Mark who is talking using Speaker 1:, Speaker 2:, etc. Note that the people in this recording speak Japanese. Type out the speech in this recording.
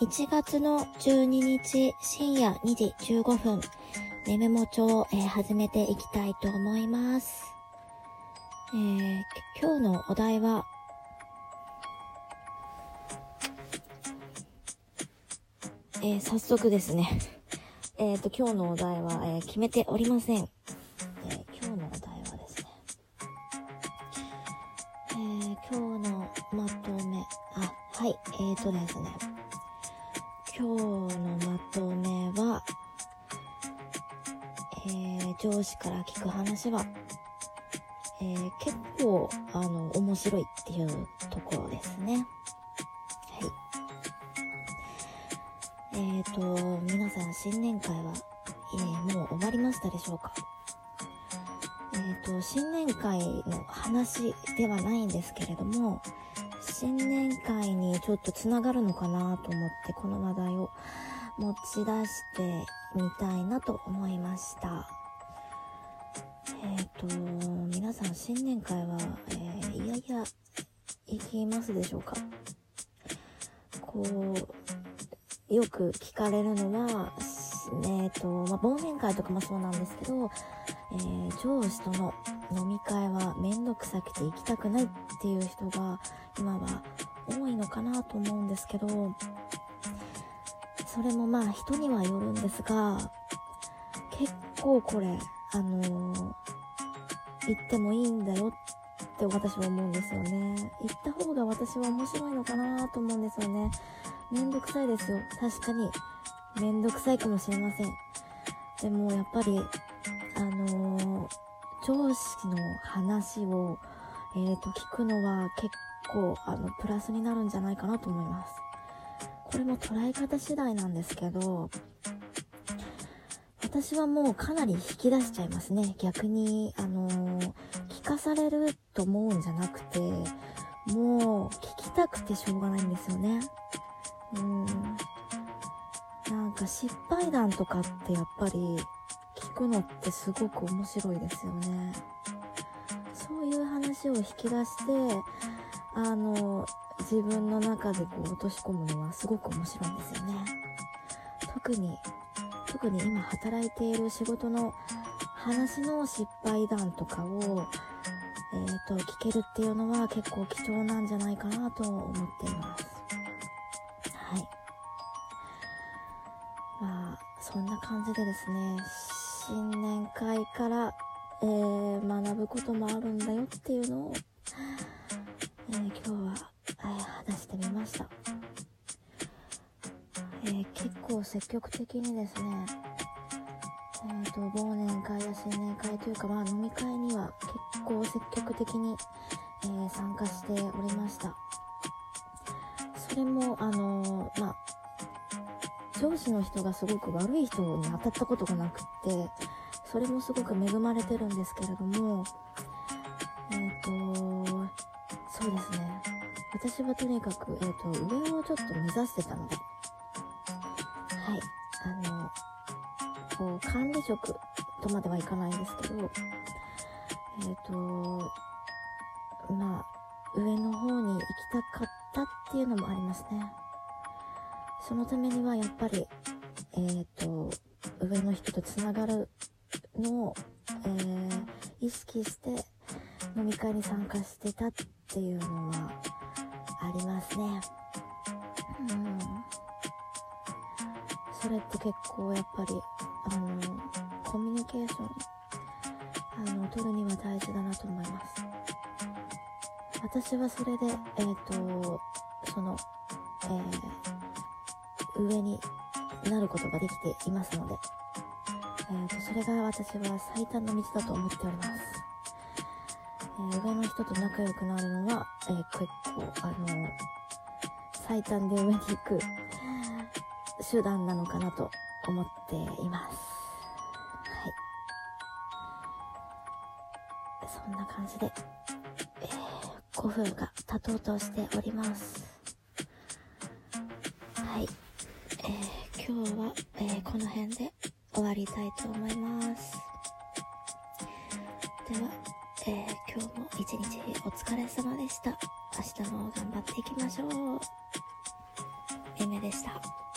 Speaker 1: 1月の12日深夜2時15分、メモ帳を、始めていきたいと思います。今日のお題は、早速ですね、今日のお題は、決めておりません。今日のお題はですね、今日のまとめ、ですね、今日のまとめは、上司から聞く話は、結構面白いっていうところですね。皆さん新年会は、もう終わりましたでしょうか？新年会の話ではないんですけれども、新年会にちょっとつながるのかなと思ってこの話題を持ち出してみたいなと思いました。皆さん新年会は、行きますでしょうか？よく聞かれるのは、忘年会とかもそうなんですけど、上司との飲み会はめんどくさくて行きたくないっていう人が今は多いのかなと思うんですけど、それも人にはよるんですが、結構これ行ってもいいんだよって私は思うんですよね。行った方が私は面白いのかなと思うんですよね。めんどくさいですよ。確かにめんどくさいかもしれません。でもやっぱり上司の話を、聞くのは結構プラスになるんじゃないかなと思います。これも捉え方次第なんですけど、私はもうかなり引き出しちゃいますね。逆に聞かされると思うんじゃなくて、もう聞きたくてしょうがないんですよね。なんか失敗談とかってやっぱり聞くのってすごく面白いですよね。そういう話を引き出して自分の中で落とし込むのはすごく面白いんですよね。特に今働いている仕事の話の失敗談とかを聞けるっていうのは結構貴重なんじゃないかなと思っています。そんな感じでですね、新年会から、学ぶこともあるんだよっていうのを、今日は、話してみました。結構積極的にですね、忘年会や新年会というか、飲み会には結構積極的に、参加しておりました。それも上司の人がすごく悪い人に当たったことがなくって、それもすごく恵まれてるんですけれども、そうですね、私はとにかく、上をちょっと目指してたので、管理職とまではいかないんですけど、上の方に行きたかったっていうのもありますね。そのためにはやっぱり、上の人とつながるのを、意識して飲み会に参加してたっていうのはありますね。それって結構やっぱりコミュニケーション取るには大事だなと思います。私はそれで上になることができていますので、それが私は最短の道だと思っております。上の人と仲良くなるのは、結構最短で上に行く手段なのかなと思っています。そんな感じで、5分が経とうとしております。今日は、この辺で終わりたいと思います。では、今日も一日お疲れ様でした。明日も頑張っていきましょう。 めめでした。